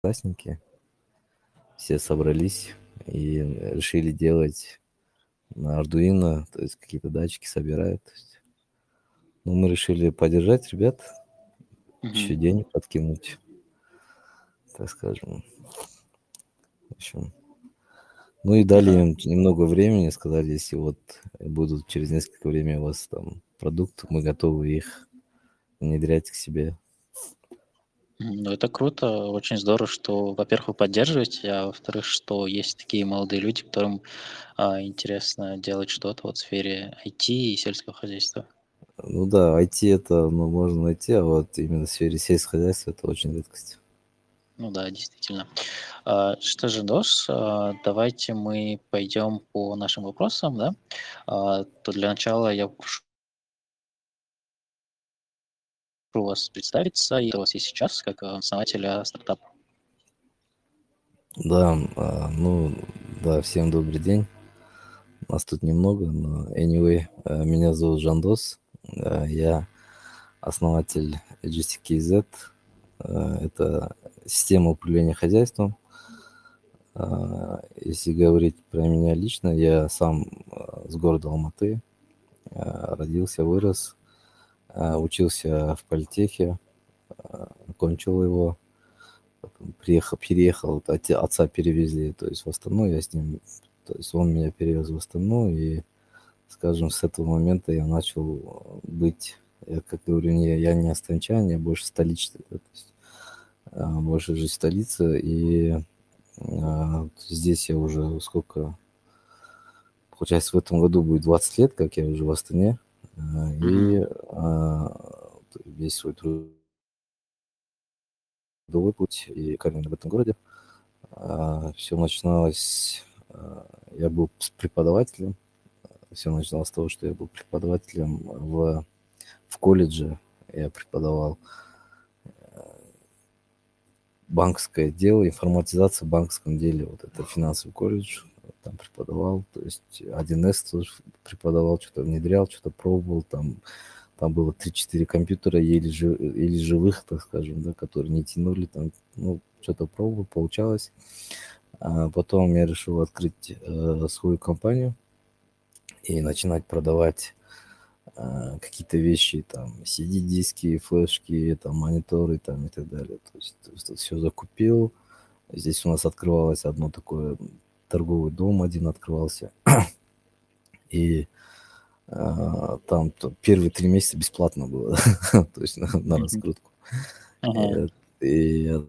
одноклассники, все собрались и решили делать на Arduino, то есть какие-то датчики собирают. То есть, ну, мы решили поддержать ребят, еще Мгм. денег подкинуть, так скажем. В общем, ну и дали Ага. им немного времени, сказали, если вот будут через несколько времени у вас там продукты, мы готовы их внедрять к себе. Ну, это круто, очень здорово, что, во-первых, вы поддерживаете, а во-вторых, что есть такие молодые люди, которым интересно делать что-то вот в сфере IT и сельского хозяйства. Ну да, IT это, ну, можно найти, а вот именно в сфере сельского хозяйства это очень редкость. Ну да, действительно. Что же, Дос, давайте мы пойдем по нашим вопросам, да? То для начала я попрошу вас представиться, и кто у вас есть сейчас, как основателя стартапа. Да, ну, да, всем добрый день. Нас тут немного, но anyway, меня зовут Жандос. Я основатель GCKZ. Это система управления хозяйством. Если говорить про меня лично, я сам с города Алматы. Родился, вырос, учился в политехе, окончил его. Потом переехал, вот отца перевезли, то есть в Астану, я с ним, то есть он меня перевез в Астану, и, скажем, с этого момента я начал быть, я, как говорю, я не астанчанин, я больше столичный, да, то есть, больше жить в столице, и здесь я уже сколько, получается, в этом году будет 20 лет, как я уже в Астане, Мгм. и весь свой трудовой путь и карьеру в этом городе. Все начиналось, я был преподавателем. Все начиналось с того, что я был преподавателем в колледже. Я преподавал банковское дело, информатизация в банковском деле. Вот это финансовый колледж. Там преподавал. То есть 1С тоже преподавал, что-то внедрял, что-то пробовал. Там было 3-4 компьютера, еле живых, так скажем, да, которые не тянули. Там, ну, что-то пробовал, получалось. Потом я решил открыть свою компанию и начинать продавать какие-то вещи, там, CD-диски, флешки, там, мониторы, там, и так далее. То есть все закупил. Здесь у нас открывалось одно такое, торговый дом один открывался. И там первые 3 месяца бесплатно было, то есть на Мгм. раскрутку. Ага. И я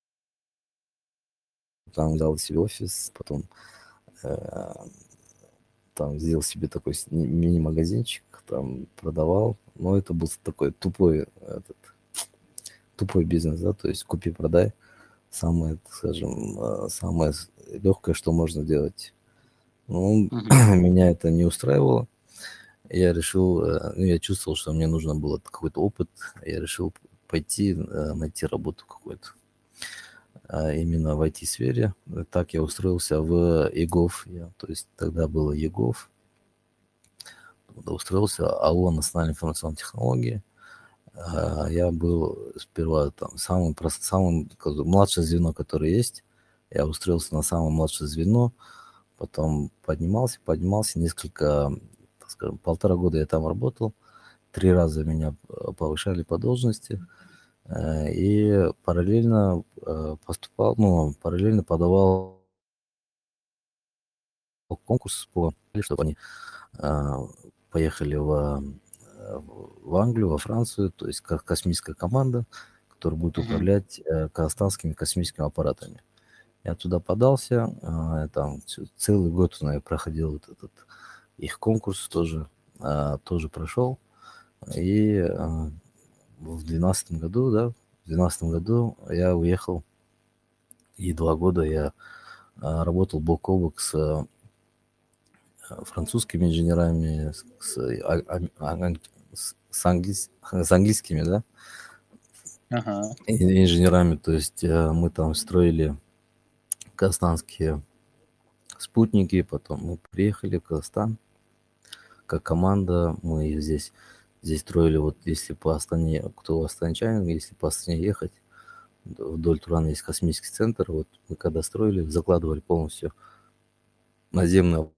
там взял себе офис, потом э, там сделал себе такой мини-магазинчик, там продавал. Но это был такой тупой бизнес, да, то есть купи-продай. Самое, так скажем, самое легкое, что можно делать. Ну, Мгм. меня это не устраивало. Я решил, ну, я чувствовал, что мне нужно было какой-то опыт. Я решил пойти, найти работу какую-то, именно в IT-сфере. Так я устроился в ЕГОВ. То есть тогда было ЕГОВ. Туда устроился АО «Национальные информационные технологии». Я был сперва там самым как бы, младшее звено, которое есть. Я устроился на самое младшее звено, потом поднимался несколько, так скажем, 1,5 года я там работал. 3 раза меня повышали по должности. И параллельно поступал, ну, параллельно подавал конкурс чтобы они а, поехали в Англию, во Францию, то есть как космическая команда, которая будет Мгм. управлять казахстанскими космическими аппаратами. Я туда подался, там целый год, наверное, проходил вот этот их конкурс, тоже прошел. И в 12 году, да, в 12 году я уехал, и 2 года я работал бок о бок с французскими инженерами, с английскими, да, Ага. инженерами. То есть мы там строили казахстанские спутники, потом мы приехали в Казахстан как команда. Мы здесь строили, вот если по Астане, кто астанчанин, если по Астане ехать, вдоль Турана есть космический центр. Вот мы когда строили, закладывали полностью наземную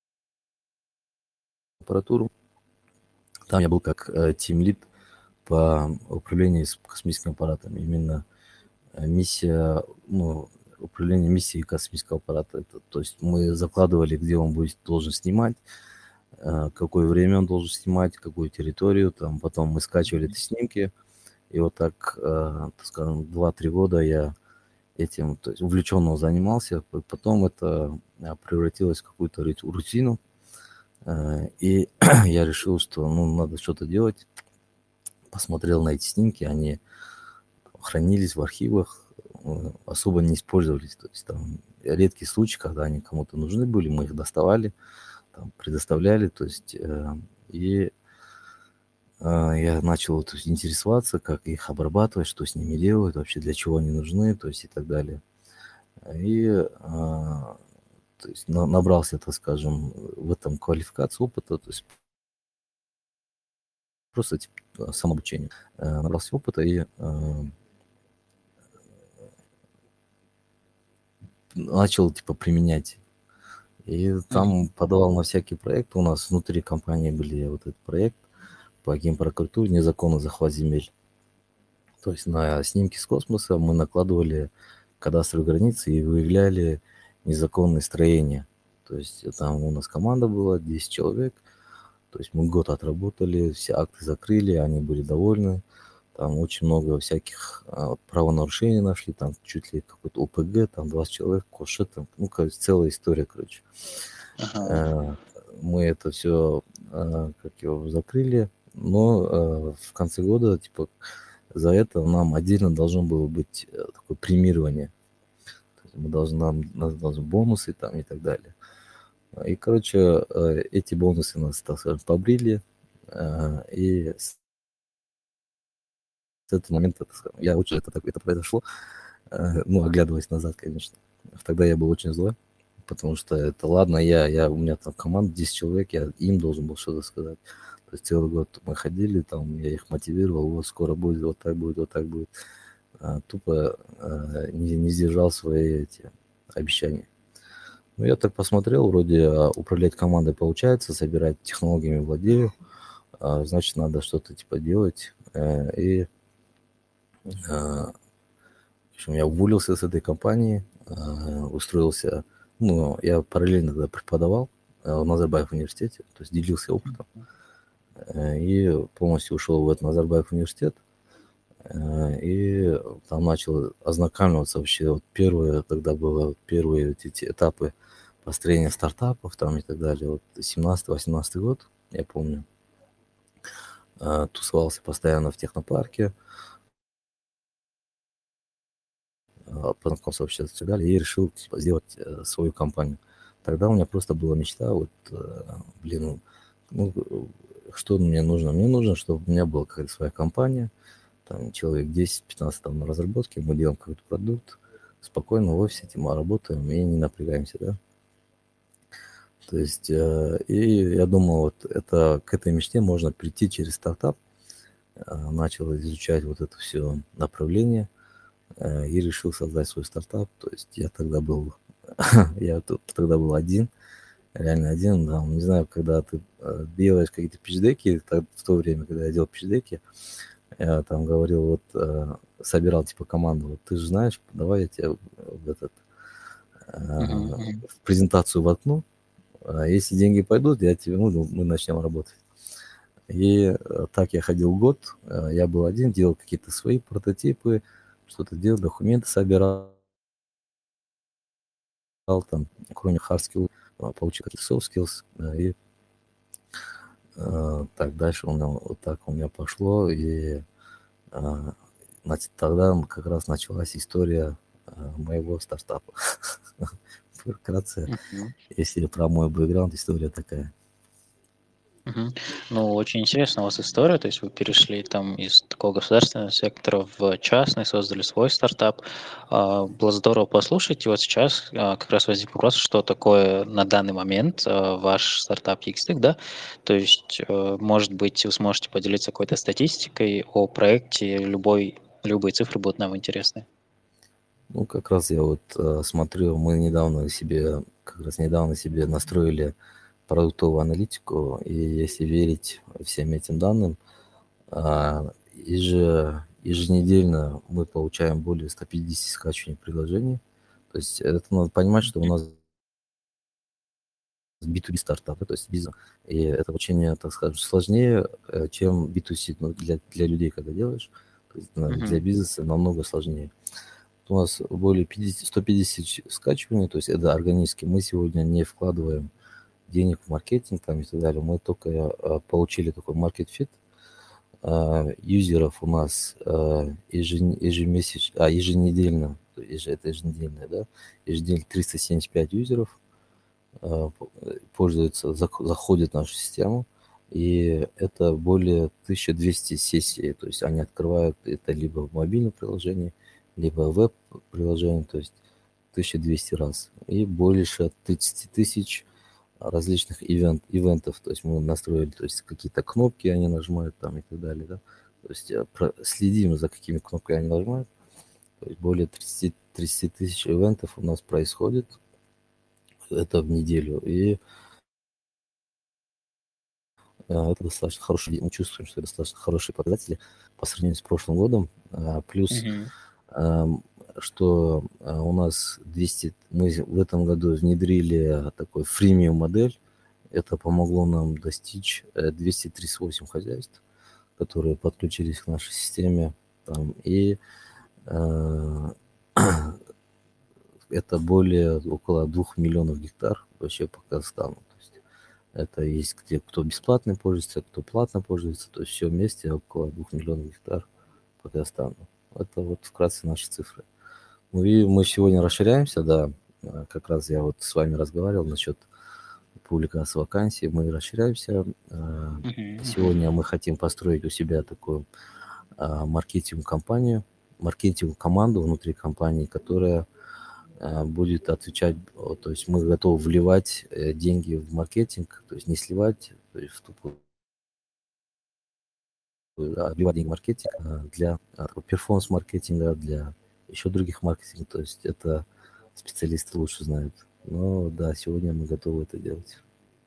аппаратуру. Там я был как тимлид по управлению с космическим аппаратом. Именно миссия, ну, управление миссией космического аппарата. То есть мы закладывали, где он должен снимать, какое время он должен снимать, какую территорию. Там потом мы скачивали эти снимки. И вот так, так скажем, 2-3 года я этим, то есть увлеченно занимался. Потом это превратилось в какую-то рутину. И я решил, что ну, надо что-то делать. Посмотрел на эти снимки, они хранились в архивах, особо не использовались. То есть там редкие случаи, когда они кому-то нужны были, мы их доставали, там, предоставляли. То есть и я начал то есть, интересоваться, как их обрабатывать, что с ними делают, вообще для чего они нужны, то есть и так далее. И то есть набрался, так скажем, в этом квалификацию, опыта, то есть просто типа, самообучение. Набрался опыта и начал типа применять. И там подавал на всякие проекты. У нас внутри компании были вот этот проект по генпрокуратуре, незаконный захват земель. То есть на снимки с космоса мы накладывали кадастровые границы и выявляли незаконные строения. То есть там у нас команда была, 10 человек. То есть мы год отработали, все акты закрыли, они были довольны. Там очень много всяких правонарушений нашли, там чуть ли какой-то ОПГ, там 20 человек, кошет, там, ну, кажется, целая история, короче. Мы это все, как его, закрыли, но в конце года, типа, за это нам отдельно должно было быть такое премирование. То есть мы нас должны бонусы там и так далее. И, короче, эти бонусы нас, так скажем, побрили, и с этого момента, так скажем, я очень это произошло, ну, оглядываясь назад, конечно. Тогда я был очень злой, потому что это ладно, у меня там команда 10 человек, я им должен был что-то сказать. То есть целый год мы ходили, там, я их мотивировал, вот скоро будет, вот так будет, вот так будет. Тупо не сдержал свои эти обещания. Ну, я так посмотрел, вроде управлять командой получается, собирать технологиями владею, значит, надо что-то типа делать. И, в общем, я уволился с этой компании, устроился, ну, я параллельно тогда преподавал в Назарбаев университете, то есть делился опытом. И полностью ушел в этот Назарбаев университет. И там начал ознакомиваться вообще. Вот тогда было первые эти этапы построения стартапов там и так далее. Вот 17-18 год, я помню. Тусовался постоянно в технопарке. Познакомился вообще и так далее. И решил типа, сделать свою компанию. Тогда у меня просто была мечта, вот, блин, ну, что мне нужно? Мне нужно, чтобы у меня была какая-то своя компания, там человек 10-15 там на разработке, мы делаем какой-то продукт, спокойно в офисе этим работаем и не напрягаемся, да. То есть, и я думал, вот к этой мечте можно прийти через стартап. Начал изучать вот это все направление и решил создать свой стартап. То есть я тогда был один, реально один, да, не знаю, когда ты делаешь какие-то пичдеки, в то время, когда я делал пичдеки, я там говорил, вот, собирал типа команду, вот ты же знаешь, давай я тебя в презентацию воткну, если деньги пойдут, мы начнем работать. И так я ходил год, я был один, делал какие-то свои прототипы, что-то делал, документы собирал, там, кроме hard skills, получил какие-то soft skills, и так дальше у меня пошло, и тогда как раз началась история моего стартапа. Вкратце, если про мой бэкграунд, история такая. Ну, очень интересная у вас история, то есть вы перешли там из такого государственного сектора в частный, создали свой стартап. Было здорово послушать, и вот сейчас как раз возник вопрос, что такое на данный момент ваш стартап Xtech, да? То есть, может быть, вы сможете поделиться какой-то статистикой о проекте, любые цифры будут нам интересны. Ну, как раз я вот смотрю, мы как раз недавно себе настроили продуктовую аналитику, и если верить всем этим данным, еженедельно мы получаем более 150 скачиваний приложений. То есть это надо понимать, что у нас B2B стартап, то есть бизнес. И это очень, так скажем, сложнее, чем B2C, ну, для людей, когда делаешь. То есть для бизнеса намного сложнее. У нас более 150 скачиваний, то есть это органически. Мы сегодня не вкладываем денег в маркетинг там и так далее. Мы только получили такой market fit. Юзеров у нас еженедельно, это еженедельно, да, еженедельно 375 юзеров пользуются, заходят в нашу систему, и это более 1200 сессий, то есть они открывают это либо в мобильном приложении, либо в веб-приложении, то есть 1200 раз, и больше 30 тысяч различных ивентов, то есть мы настроили, то есть какие-то кнопки они нажимают там и так далее, да, то есть следим за какими кнопками они нажимают, то есть более 30 тысяч ивентов у нас происходит, это в неделю, и это достаточно хороший, мы чувствуем, что это достаточно хорошие показатели по сравнению с прошлым годом, плюс что у нас мы в этом году внедрили такой фримиум модель. Это помогло нам достичь 238 хозяйств, которые подключились к нашей системе. Там, и это около 2 миллионов гектар вообще по Казахстану. То есть это есть где кто бесплатно пользуется, кто платно пользуется. То есть все вместе около 2 миллионов гектар по Казахстану. Это вот вкратце наши цифры. Ну и мы сегодня расширяемся, да, как раз я вот с вами разговаривал насчет публикации вакансий, мы расширяемся. Сегодня мы хотим построить у себя такую маркетинг-компанию, маркетинг-команду внутри компании, которая будет отвечать, то есть мы готовы вливать деньги в маркетинг, то есть не сливать, то есть в тупую, вливать деньги в маркетинг для перформанс-маркетинга, для еще других маркетингов, то есть это специалисты лучше знают. Но да, сегодня мы готовы это делать.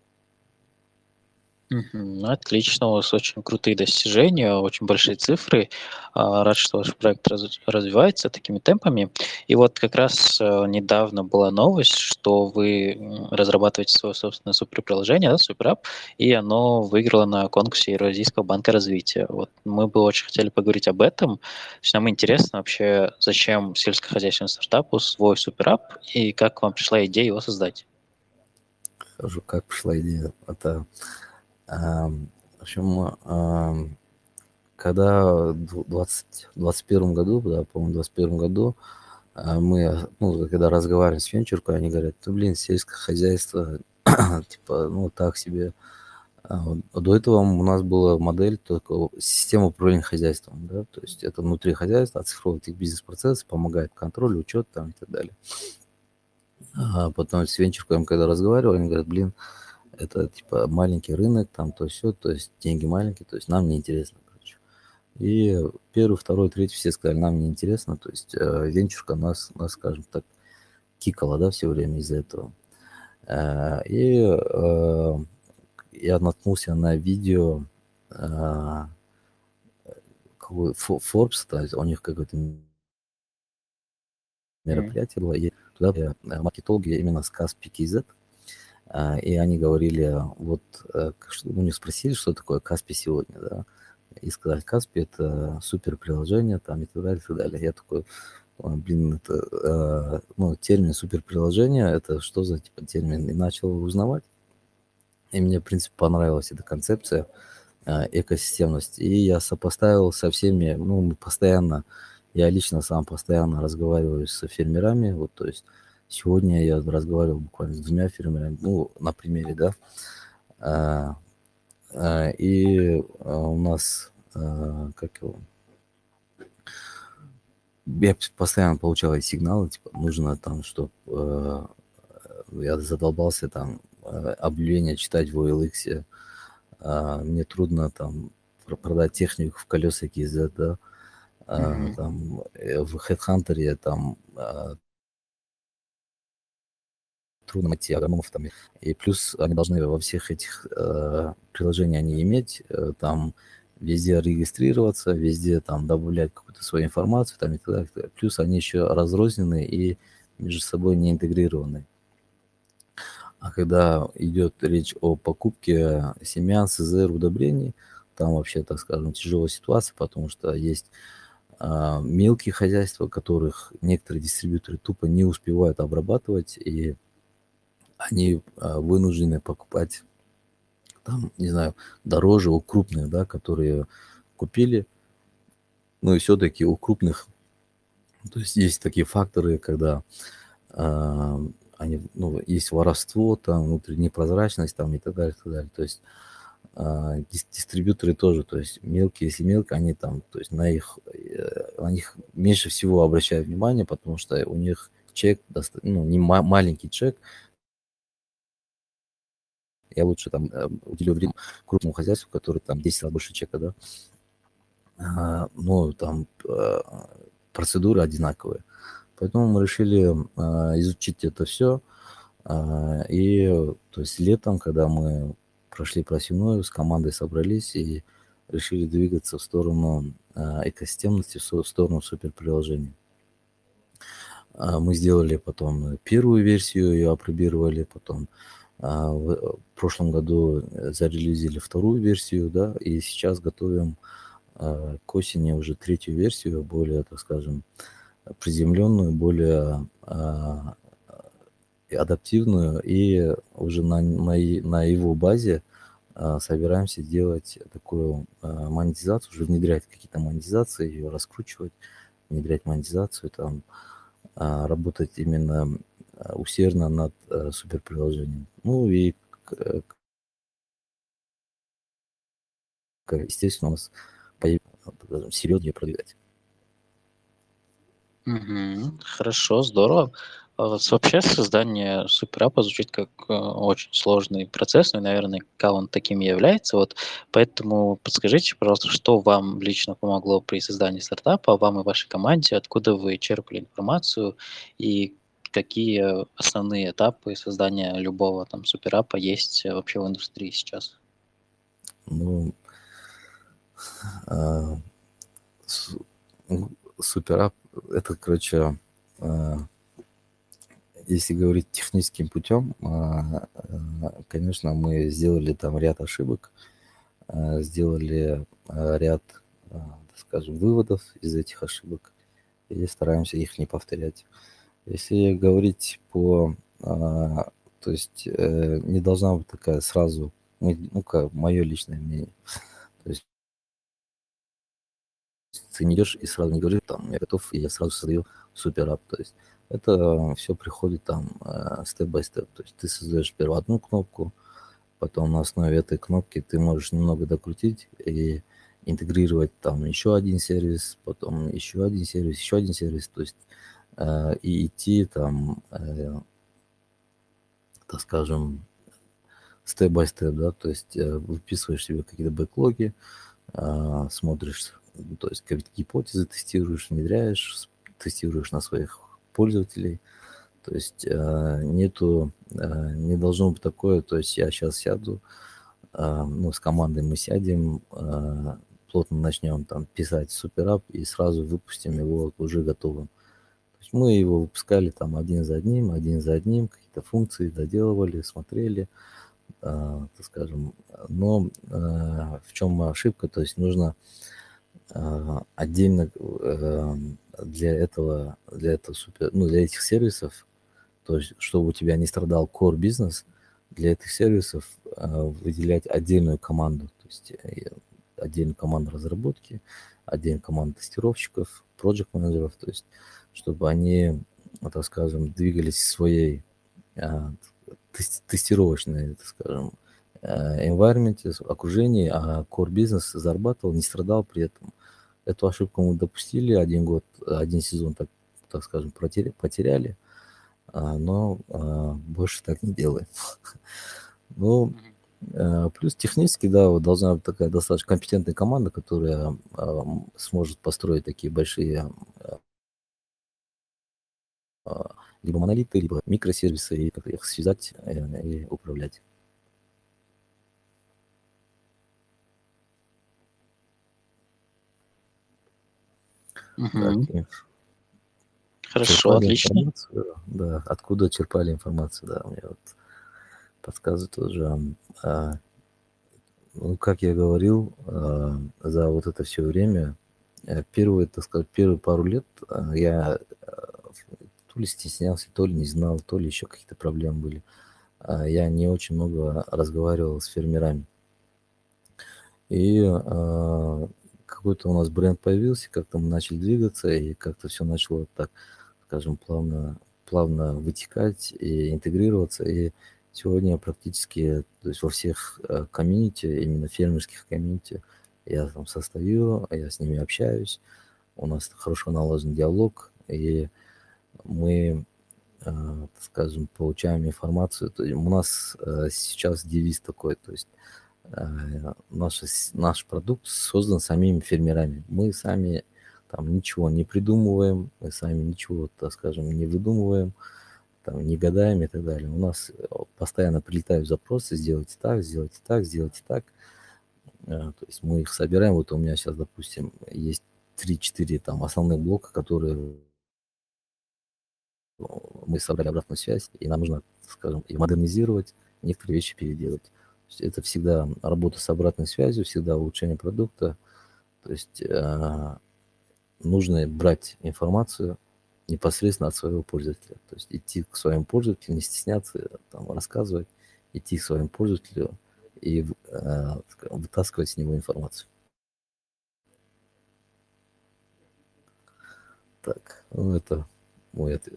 Ну, отлично, у вас очень крутые достижения, очень большие цифры. Рад, что ваш проект развивается такими темпами. И вот как раз недавно была новость, что вы разрабатываете свое собственное суперприложение, да, суперап, и оно выиграло на конкурсе Евразийского банка развития. Вот мы бы очень хотели поговорить об этом. То есть нам интересно вообще, зачем сельскохозяйственному стартапу свой суперап, и как вам пришла идея его создать? Скажу, как пришла идея. Это в общем, когда в 2021 году, да, по-моему, в 2021 году мы, ну, когда разговариваем с венчуркой, они говорят, ну, блин, сельское хозяйство, типа, ну, так себе. До этого у нас была модель только система управления хозяйством, да, то есть это внутри хозяйства, оцифровывать их бизнес-процессы, помогает контроль, учет там и так далее. Потом с венчурками, когда разговаривали, они говорят, блин, это типа маленький рынок, там то все, то есть деньги маленькие, то есть нам неинтересно, короче. И первый, второй, третий все сказали, нам неинтересно, то есть венчурка нас, скажем так, кикала, да, все время из-за этого. И я наткнулся на видео Forbes, то есть у них какое-то мероприятие было, и туда маркетологи именно с Kaspi KZ, и они говорили, вот, у них спросили, что такое Kaspi сегодня, да, и сказали, Kaspi это супер приложение, там, и так далее, и так далее. Я такой, блин, это, ну, термин супер приложение, это что за, типа, термин, и начал узнавать, и мне, в принципе, понравилась эта концепция, экосистемность, и я сопоставил со всеми, ну, мы постоянно, я лично сам постоянно разговариваю с фермерами, вот, то есть сегодня я разговаривал буквально с 2 фермерами, ну, на примере, да, и у нас, как его, я постоянно получал эти сигналы, типа, нужно там, чтобы я задолбался там объявления читать в OLX, мне трудно там продать технику в колеса KZ, да, Мгм. там в HeadHunter там трудно найти агрономов там. И плюс они должны во всех этих приложениях они иметь, там везде регистрироваться, везде там добавлять какую-то свою информацию там и так далее. Плюс они еще разрозненные и между собой не интегрированы. А когда идет речь о покупке семян, СЗР, удобрений, там вообще, так скажем, тяжелая ситуация, потому что есть мелкие хозяйства, которых некоторые дистрибьюторы тупо не успевают обрабатывать, и они вынуждены покупать там, не знаю, дороже у крупных, да, которые купили. Ну и все-таки у крупных, то есть есть такие факторы, когда а, они, ну, есть воровство, там, внутренняя непрозрачность, там, и так далее, и так далее. То есть дистрибьюторы тоже, то есть мелкие, если мелко, они там, то есть на них меньше всего обращают внимание, потому что у них чек, ну, не маленький чек, я лучше там уделю время крупному хозяйству, который там 10 раз больше чека, да, но там процедуры одинаковые. Поэтому мы решили изучить это все. И то есть летом, когда мы прошли просевную, с командой собрались и решили двигаться в сторону экосистемности, в сторону суперприложений. Мы сделали потом первую версию, ее опробировали, потом в прошлом году зарелизили вторую версию, да, и сейчас готовим к осени уже третью версию, более, так скажем, приземленную, более адаптивную, и уже на его базе собираемся делать такую монетизацию, уже внедрять какие-то монетизации, ее раскручивать, внедрять монетизацию, там, работать именно усердно над суперприложением. Ну и, естественно, у нас появится серьезнее продвигать. Мгм. Хорошо, здорово. Вообще создание супераппа звучит как очень сложный процесс, ну и, наверное, он таким и является. Вот поэтому подскажите, пожалуйста, что вам лично помогло при создании стартапа, вам и вашей команде, откуда вы черпали информацию и какие основные этапы создания любого там супераппа есть вообще в индустрии сейчас? Ну, а, с- ну, суперап, это, короче, а, если говорить техническим путем, конечно, мы сделали там ряд ошибок, сделали ряд, так скажем, выводов из этих ошибок и стараемся их не повторять. Если говорить то есть не должна быть такая сразу, ну, как мое личное мнение. То есть ты не идешь и сразу не говоришь, там, я готов, и я сразу создаю суперап. То есть это все приходит там степ-бай-степ. То есть ты создаешь сперва одну кнопку, потом на основе этой кнопки ты можешь немного докрутить и интегрировать там еще один сервис, потом еще один сервис, еще один сервис. То есть и идти там, так скажем, степ-бай-степ, да, то есть выписываешь себе какие-то бэклоги, смотришь, то есть какие гипотезы тестируешь, внедряешь, тестируешь на своих пользователей. То есть не должно быть такое, то есть я сейчас сяду, ну, с командой мы сядем, плотно начнем там писать суперап и сразу выпустим его уже готовым. То есть мы его выпускали там один за одним, какие-то функции доделывали, смотрели, так скажем. Но в чем ошибка? То есть нужно отдельно для этого супер, ну, для этих сервисов, то есть чтобы у тебя не страдал core бизнес, для этих сервисов выделять отдельную команду, то есть отдельную команду разработки, отдельную команду тестировщиков, project менеджеров, то есть чтобы они, так скажем, двигались своей а, тестировочной, так скажем, environment, окружении, а core бизнес зарабатывал, не страдал при этом. Эту ошибку мы допустили, один сезон, так скажем, потеряли, но больше так не делаем. Ну, Мгм. Плюс технически, да, вот должна быть такая достаточно компетентная команда, которая сможет построить такие большие либо монолиты, либо микросервисы, и как их связать и управлять. Так, Мгм. Хорошо, черпали отлично. информацию, да, откуда черпали информацию, да, мне вот подсказывает тоже. Ну, как я говорил, за вот это все время, первые, так сказать, первые пару лет я то ли стеснялся, то ли не знал, то ли еще какие-то проблемы были. Я не очень много разговаривал с фермерами. И какой-то у нас бренд появился, как-то мы начали двигаться, и как-то все начало так, скажем, плавно вытекать и интегрироваться. И сегодня практически, то есть во всех комьюнити, именно фермерских комьюнити, я там состою, я с ними общаюсь, у нас хорошо налажен диалог, и мы, так скажем, получаем информацию. То есть у нас сейчас девиз такой, то есть наш продукт создан самими фермерами. Мы сами там ничего не придумываем, мы сами ничего, так скажем, не выдумываем, там, не гадаем и так далее. У нас постоянно прилетают запросы: сделайте так, сделайте так, сделайте так. То есть мы их собираем. Вот у меня сейчас, допустим, есть 3-4 там основных блока, которые мы собрали обратную связь, и нам нужно, скажем, и модернизировать, некоторые вещи переделать. То есть это всегда работа с обратной связью, всегда улучшение продукта. То есть нужно брать информацию непосредственно от своего пользователя. То есть идти к своему пользователю, не стесняться там, рассказывать, идти к своему пользователю и вытаскивать с него информацию. Так, ну это мой ответ.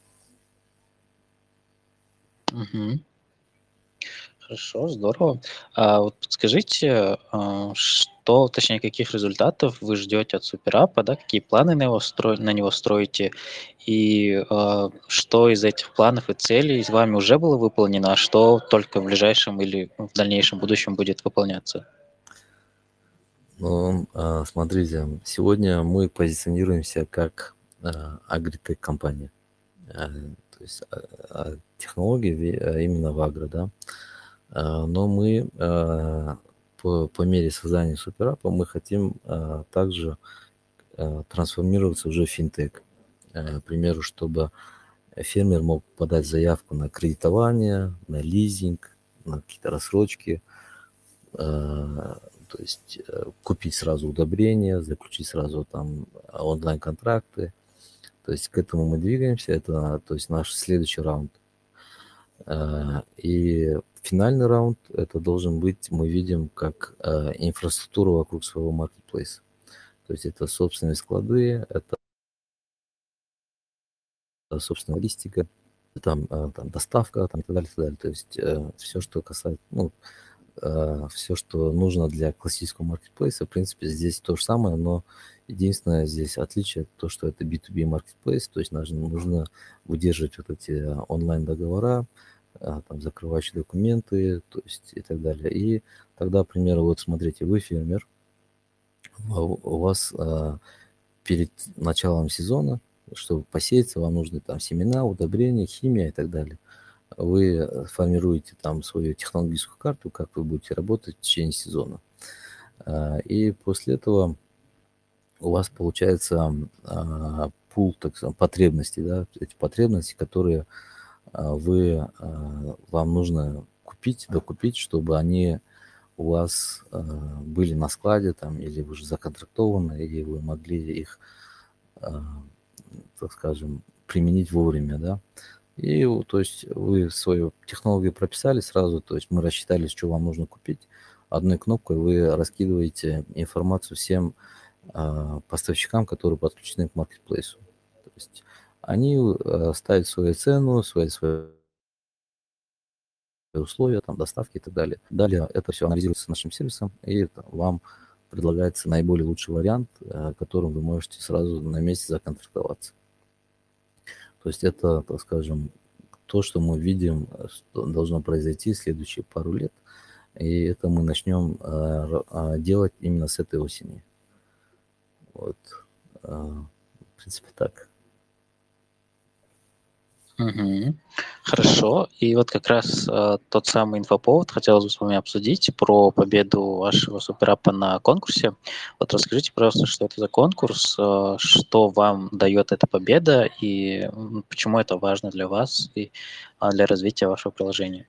Мгм. Хорошо, здорово. Вот подскажите, что, точнее, каких результатов вы ждете от супераппа, да, какие планы на него строите, и что из этих планов и целей с вами уже было выполнено, а что только в ближайшем или в дальнейшем будущем будет выполняться? Ну, смотрите, сегодня мы позиционируемся как агритек компания. То есть технологии именно в агро, да. Но мы по мере создания супераппа мы хотим также трансформироваться уже в финтех. К примеру, чтобы фермер мог подать заявку на кредитование, на лизинг, на какие-то рассрочки, то есть купить сразу удобрения, заключить сразу там онлайн-контракты. То есть к этому мы двигаемся. Это, то есть, наш следующий раунд. И финальный раунд это должен быть, мы видим, как инфраструктура вокруг своего маркетплейса. То есть это собственные склады, это собственная логистика, там доставка там, и так далее, и так далее. То есть все, что касается, ну, все, что нужно для классического маркетплейса, в принципе, здесь то же самое, но единственное здесь отличие то, что это B2B маркетплейс, то есть нужно выдерживать вот эти онлайн-договора, там, закрывающие документы, то есть и так далее. И тогда, к примеру, вот смотрите, вы фермер, у вас перед началом сезона, чтобы посеяться, вам нужны там семена, удобрения, химия и так далее. Вы формируете там свою технологическую карту, как вы будете работать в течение сезона. И после этого у вас получается пул, так сказать, потребностей, да, эти потребности, которые вам нужно купить, докупить, чтобы они у вас были на складе там или уже законтрактованы, и вы могли их, а, так скажем, применить вовремя, да. И, то есть, вы свою технологию прописали сразу, то есть мы рассчитали, что вам нужно купить. Одной кнопкой вы раскидываете информацию всем поставщикам, которые подключены к маркетплейсу. То есть они ставят свою цену, свои условия, там, доставки и так далее. Далее это все анализируется нашим сервисом, и вам предлагается наиболее лучший вариант, которым вы можете сразу на месте законтрактоваться. То есть это, так скажем, то, что мы видим, что должно произойти в следующие пару лет. И это мы начнем делать именно с этой осени. Вот. В принципе, так. Мгм. Хорошо. И вот как раз тот самый инфоповод хотелось бы с вами обсудить про победу вашего суперапа на конкурсе. Вот расскажите, пожалуйста, что это за конкурс, что вам дает эта победа и почему это важно для вас и для развития вашего приложения.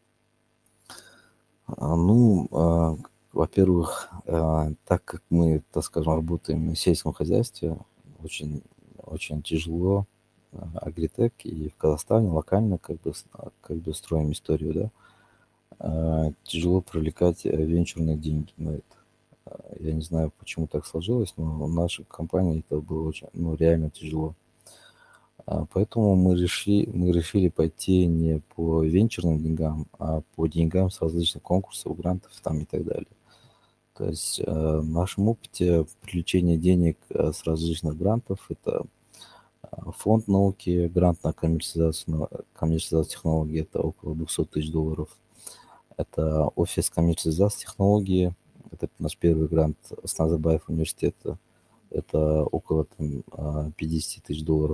Во-первых, так как мы, так скажем, работаем в сельском хозяйстве, очень, очень тяжело агритек и в Казахстане локально как бы строим историю, да, тяжело привлекать венчурные деньги на это. Я не знаю, почему так сложилось, но в нашей компании это было очень, реально тяжело. Поэтому мы решили пойти не по венчурным деньгам, а по деньгам с различных конкурсов, грантов там и так далее. То есть в нашем опыте привлечение денег с различных грантов — это фонд науки, грант на коммерциализацию технологий — это около $200 000. Это офис коммерциализации технологии, это наш первый грант с Назарбаев университета, это около $50 000.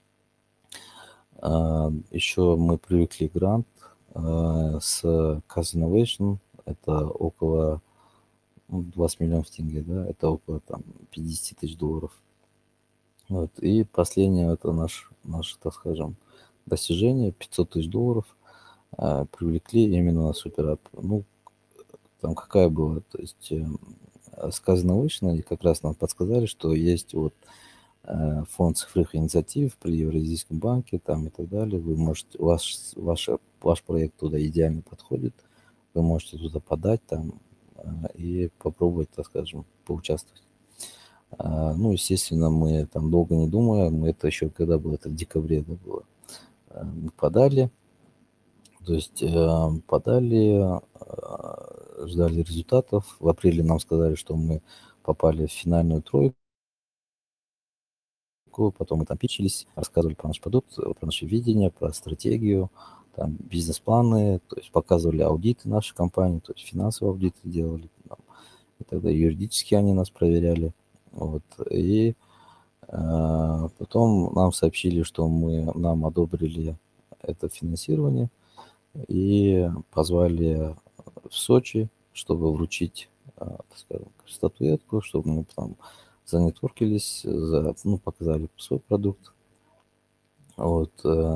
Еще мы привлекли грант с Kaz Innovation, это около 20 миллионов тенге, да, это около $50 000. Вот. И последнее — это наше, так скажем, достижение, $500 000 привлекли именно на суперап. Там какая была, то есть сказано выше, и как раз нам подсказали, что есть вот фонд цифровых инициатив при Евразийском банке там и так далее. Вы можете, ваш проект туда идеально подходит, вы можете туда подать там и попробовать, так скажем, поучаствовать. Естественно, мы там долго не думая, мы это еще, когда было, это в декабре, да, было, мы подали, то есть подали, ждали результатов. В апреле нам сказали, что мы попали в финальную тройку, потом мы там питчились, рассказывали про наш продукт, про наше видение, про стратегию, там бизнес-планы, то есть показывали аудиты нашей компании, то есть финансовые аудиты делали, там, и тогда юридически они нас проверяли. Вот. И потом нам сообщили, что нам одобрили это финансирование и позвали в Сочи, чтобы вручить, так скажем, статуэтку, чтобы мы там занетворкились, показали свой продукт. Вот.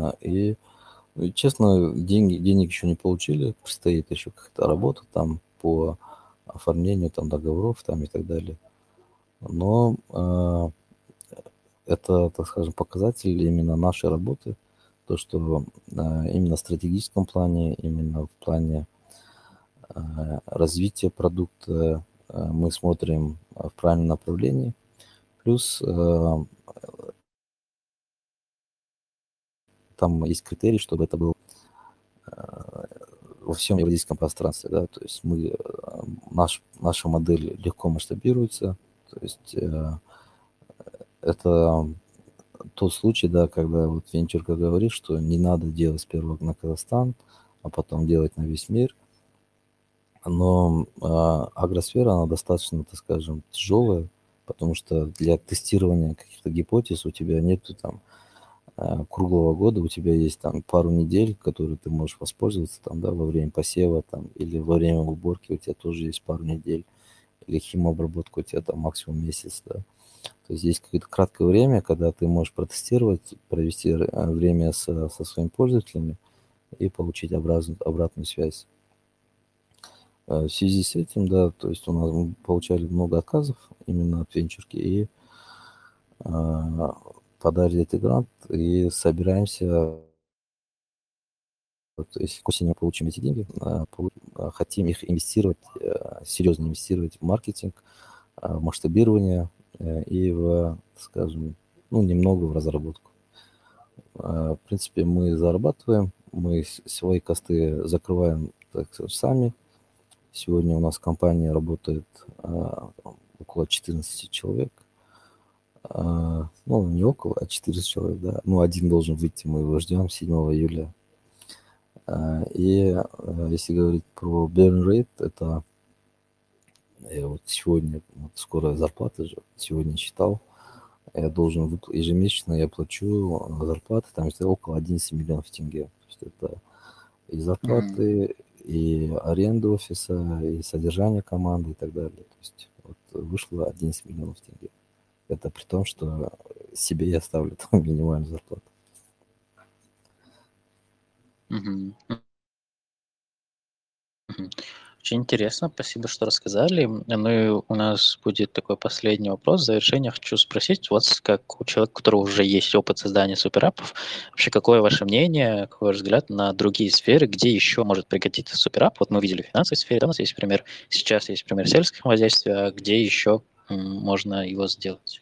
Честно, денег еще не получили, предстоит еще какая-то работа там по оформлению там договоров там и так далее. Но это, так скажем, показатель именно нашей работы, то, что именно в стратегическом плане, именно в плане развития продукта мы смотрим в правильном направлении. Плюс там есть критерий, чтобы это было во всем евразийском пространстве, да, то есть наша модель легко масштабируется, то есть это тот случай, да, когда вот венчурка говорит, что не надо делать сперва на Казахстан, а потом делать на весь мир. Но агросфера, она достаточно, так скажем, тяжелая, потому что для тестирования каких-то гипотез у тебя нету там круглого года, у тебя есть там пару недель, которые ты можешь воспользоваться там, да, во время посева там, или во время уборки у тебя тоже есть пару недель, или химообработка у тебя там максимум месяц, да. То есть есть какое-то краткое время, когда ты можешь протестировать, провести время со своими пользователями и получить обратную связь. В связи с этим, да, то есть мы получали много отказов именно от венчурки и подали этот грант и собираемся, вот, если к осени получим эти деньги, хотим их инвестировать, серьезно инвестировать в маркетинг, в масштабирование и скажем, немного в разработку. В принципе, мы зарабатываем, мы свои косты закрываем, так сказать, сами. Сегодня у нас в компании работает около 14 человек. Не около, а 14 человек, да. Один должен выйти, мы его ждем 7 июля. Если говорить про burn rate, это я вот сегодня, вот скоро зарплата же, сегодня считал, я должен ежемесячно я плачу зарплаты, там это около 11 миллионов тенге. То есть это и зарплаты, и аренда офиса, и содержание команды и так далее. То есть вот вышло 11 миллионов тенге. Это при том, что себе я ставлю там минимальную зарплату. Мгм. Мгм. Очень интересно, спасибо, что рассказали. Ну и у нас будет такой последний вопрос. В завершение хочу спросить вас, как у человека, у которого уже есть опыт создания суперапов, вообще какое ваше мнение, какой ваш взгляд на другие сферы, где еще может пригодиться суперап? Вот мы видели в финансовой сфере, да, у нас есть пример, сейчас есть пример сельского хозяйства, а где еще можно его сделать?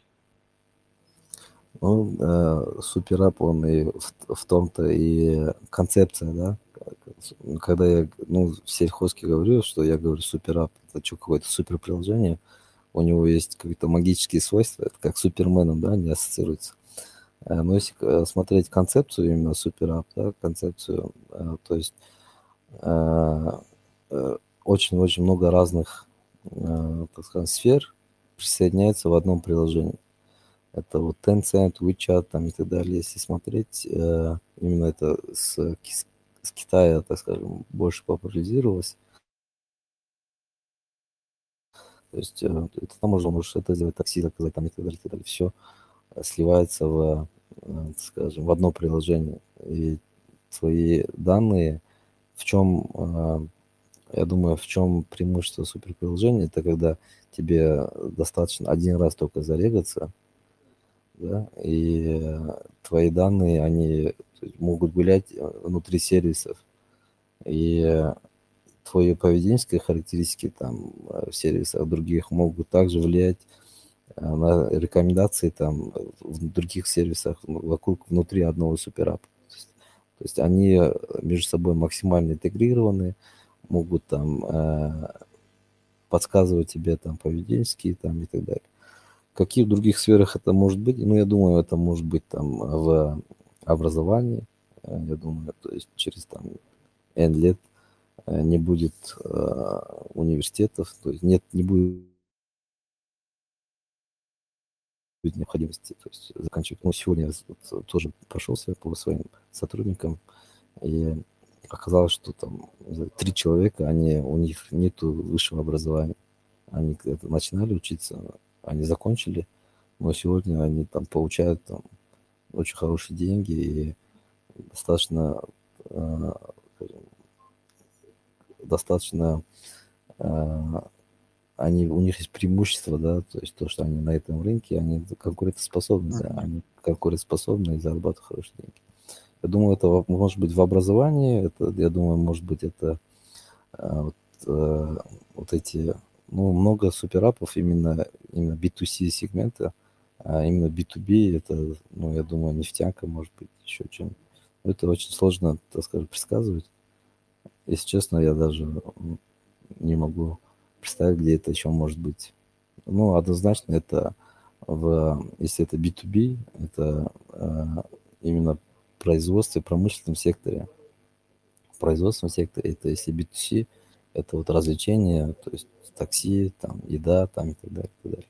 Ну, суперап, он и в том-то и концепция, да. Когда я, в сельхозке говорю, что я говорю суперап, это что, какое-то суперприложение, у него есть какие-то магические свойства, это как суперменом, да, не ассоциируется. Но если смотреть концепцию именно суперап, да, концепцию, то есть очень-очень много разных, так скажем, сфер присоединяется в одном приложении. Это вот Tencent, WeChat там и так далее. Если смотреть, именно это с Китая, так скажем, больше популяризировалось. То есть это там можешь это сделать, такси заказать там и так далее, и так далее. Все сливается так скажем, в одно приложение. И твои данные, в чем, я думаю, в чем преимущество суперприложения, это когда тебе достаточно один раз только зарегаться, да, и твои данные, они могут гулять внутри сервисов, и твои поведенческие характеристики там в сервисах других могут также влиять на рекомендации там в других сервисах вокруг, внутри одного суперапа. То есть они между собой максимально интегрированы, могут там подсказывать тебе там поведенческие там и так далее. В каких других сферах это может быть? Ну, я думаю, это может быть там в образовании. Я думаю, то есть через там N лет не будет университетов, то есть не будет необходимости, то есть заканчивать. Ну, сегодня я вот тоже прошелся по своим сотрудникам, и оказалось, что там 3 человека, у них нету высшего образования. Они когда-то начинали учиться, они закончили, но сегодня они там получают там очень хорошие деньги и достаточно, э, скажем, достаточно, э, у них есть преимущество, да, то есть то, что они на этом рынке, они конкурентоспособны, да, они конкурентоспособны и зарабатывают хорошие деньги. Я думаю, это может быть в образовании, это, я думаю, может быть, это вот, вот эти, много суперапов именно B2C сегмента, а именно B2B, это, я думаю, нефтянка, может быть, еще чем. Это очень сложно, так скажем, предсказывать. Если честно, я даже не могу представить, где это еще может быть. Ну, однозначно, это если это B2B, это именно в производстве, промышленном секторе. В производственном секторе, это если B2C, это вот развлечения, то есть такси, там, еда, там и так далее, и так далее.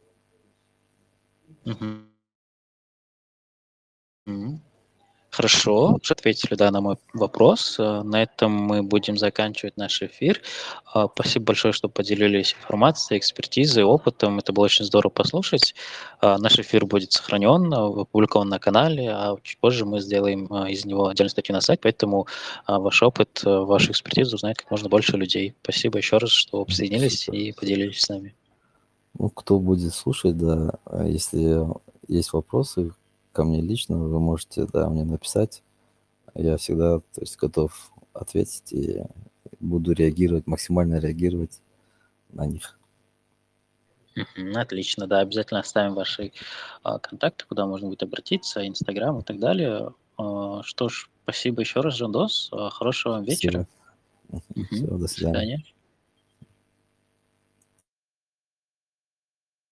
Мгм. Хорошо, уже ответили, да, на мой вопрос. На этом мы будем заканчивать наш эфир. Спасибо большое, что поделились информацией, экспертизой, опытом. Это было очень здорово послушать. Наш эфир будет сохранен, опубликован на канале, а чуть позже мы сделаем из него отдельную статью на сайт, поэтому ваш опыт, вашу экспертизу узнает как можно больше людей. Спасибо еще раз, что присоединились Супер. и поделились с нами. Ну, кто будет слушать, да, если есть вопросы ко мне лично, вы можете, да, мне написать. Я всегда, то есть, готов ответить и буду реагировать, максимально реагировать на них. Отлично, да, обязательно оставим ваши контакты, куда можно будет обратиться, Инстаграм и так далее. Что ж, спасибо еще раз, Жандос. Хорошего вам вечера. Спасибо. Все, до До свидания. свидания.